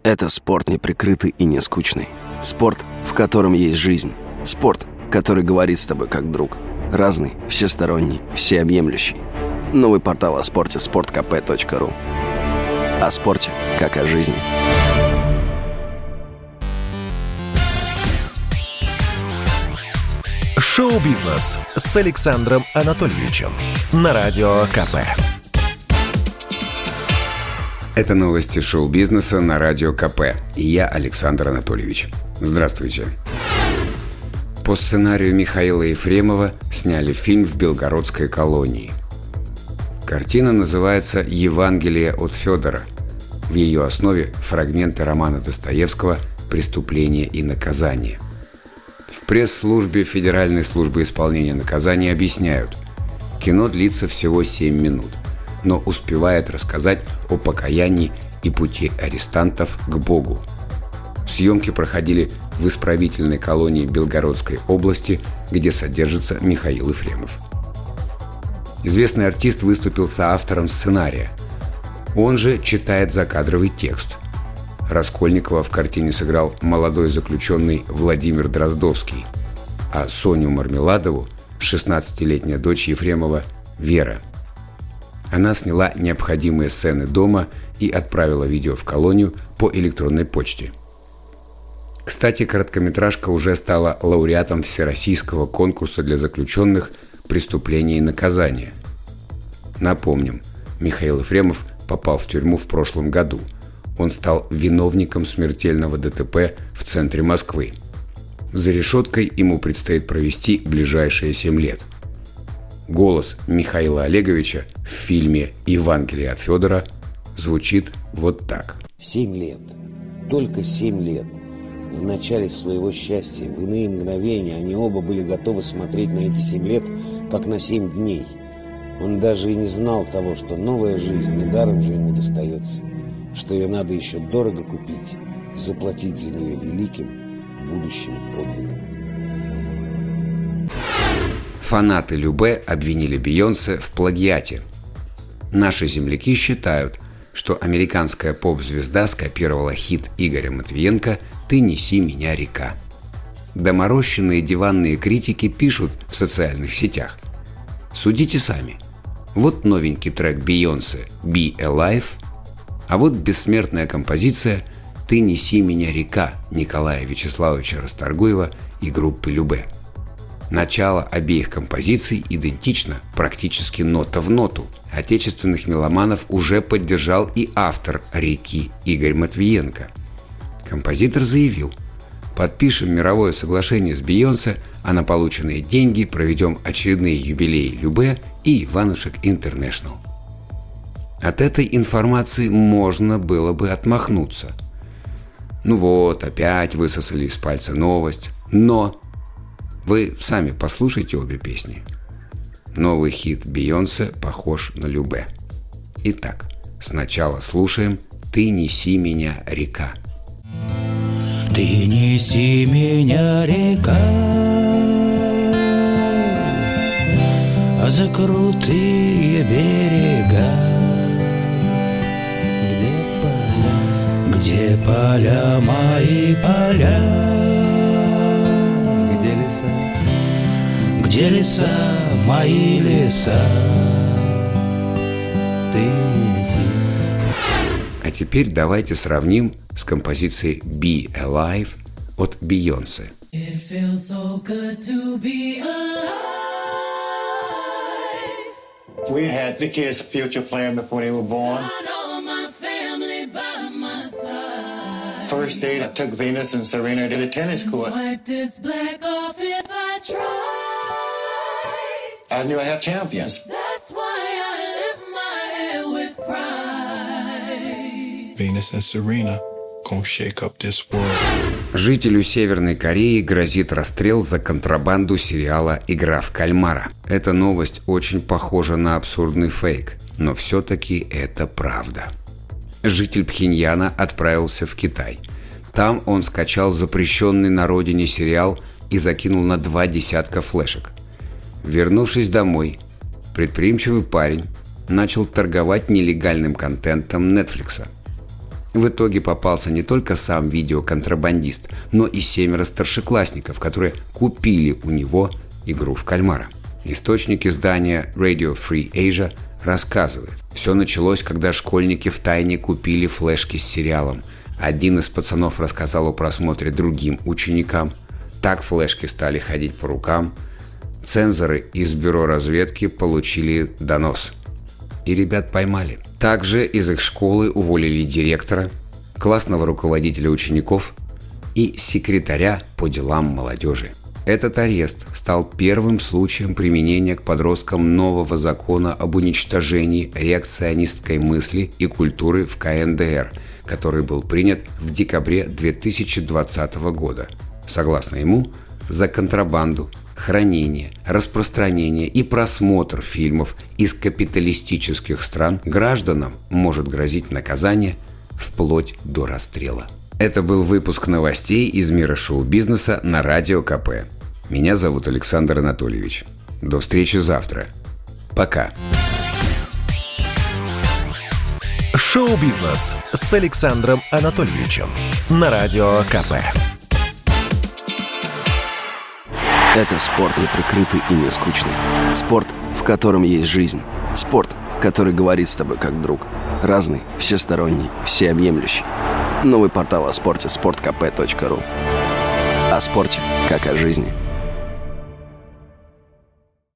Это спорт неприкрытый и не скучный. Спорт, в котором есть жизнь. Спорт, который говорит с тобой как друг. Разный, всесторонний, всеобъемлющий. Новый портал о спорте – sportkp.ru. О спорте, как о жизни. Шоу-бизнес с Александром Анатольевичем на Радио КП. Это новости шоу-бизнеса на Радио КП. И я Александр Анатольевич. Здравствуйте. По сценарию Михаила Ефремова сняли фильм в Белгородской колонии. Картина называется «Евангелие от Федора». В ее основе фрагменты романа Достоевского «Преступление и наказание». В пресс-службе Федеральной службы исполнения наказаний объясняют, кино длится всего 7 минут, но успевает рассказать о покаянии и пути арестантов к Богу. Съемки проходили в исправительной колонии Белгородской области, где содержится Михаил Ефремов. Известный артист выступил соавтором сценария. Он же читает закадровый текст. Раскольникова в картине сыграл молодой заключенный Владимир Дроздовский, а Соню Мармеладову – 16-летняя дочь Ефремова Вера. Она сняла необходимые сцены дома и отправила видео в колонию по электронной почте. Кстати, короткометражка уже стала лауреатом Всероссийского конкурса для заключенных «Преступление и наказание». Напомним, Михаил Ефремов попал в тюрьму в прошлом году. Он стал виновником смертельного ДТП в центре Москвы. За решеткой ему предстоит провести ближайшие 7 лет. Голос Михаила Олеговича в фильме «Евангелие от Федора» звучит вот так. 7 лет. Только 7 лет. В начале своего счастья, в иные мгновения, они оба были готовы смотреть на эти 7 лет, как на 7 дней. Он даже и не знал того, что новая жизнь недаром же ему достается, что ее надо еще дорого купить, заплатить за нее великим будущим подвигом. Фанаты Любэ обвинили Бейонсе в плагиате. Наши земляки считают, что американская поп-звезда скопировала хит Игоря Матвиенко «Ты неси меня, река». Доморощенные диванные критики пишут в социальных сетях. Судите сами. Вот новенький трек Бейонсе «Be Alive», а вот бессмертная композиция «Ты неси меня, река» Николая Вячеславовича Расторгуева и группы Любэ. Начало обеих композиций идентично, практически нота в ноту. Отечественных меломанов уже поддержал и автор «Реки» Игорь Матвиенко. Композитор заявил: «Подпишем мировое соглашение с Бейонсе, а на полученные деньги проведем очередные юбилеи Любэ и Иванушек Интернешнл». От этой информации можно было бы отмахнуться. Ну вот, опять высосали из пальца новость. Но вы сами послушайте обе песни. Новый хит Бейонсе похож на Любэ. Итак, сначала слушаем «Ты неси меня, река». Ты неси меня, река, за крутые берега, где поля мои поля, где леса мои леса. Ты неси. А теперь давайте сравним с композицией «Be Alive» от Бейонсе. It feels so good to be alive. We had the kids' future plan before they were born. Got all my family by my side. First date, I took Venus and Serena to the tennis court. Wipe this black off if I try. I knew I had champions. That's why I lift my head with pride. Venus and Serena gonna shake up this world. Жителю Северной Кореи грозит расстрел за контрабанду сериала «Игра в кальмара». Эта новость очень похожа на абсурдный фейк, но все-таки это правда. Житель Пхеньяна отправился в Китай. Там он скачал запрещенный на родине сериал и закинул на 2 десятка флешек. Вернувшись домой, предприимчивый парень начал торговать нелегальным контентом Netflix. В итоге попался не только сам видеоконтрабандист, но и 7 старшеклассников, которые купили у него игру в кальмара. Источник издания Radio Free Asia рассказывает, все началось, когда школьники втайне купили флешки с сериалом. Один из пацанов рассказал о просмотре другим ученикам. Так флешки стали ходить по рукам. Цензоры из бюро разведки получили донос. И ребят поймали. Также из их школы уволили директора, классного руководителя учеников и секретаря по делам молодежи. Этот арест стал первым случаем применения к подросткам нового закона об уничтожении реакционистской мысли и культуры в КНДР, который был принят в декабре 2020 года. Согласно ему, за контрабанду, хранение, распространение и просмотр фильмов из капиталистических стран гражданам может грозить наказание вплоть до расстрела. Это был выпуск новостей из мира шоу-бизнеса на Радио КП. Меня зовут Александр Анатольевич. До встречи завтра. Пока. Шоу-бизнес с Александром Анатольевичем на Радио КП. Это спорт неприкрытый и не скучный. Спорт, в котором есть жизнь. Спорт, который говорит с тобой как друг. Разный, всесторонний, всеобъемлющий. Новый портал о спорте – sportkp.ru. О спорте, как о жизни.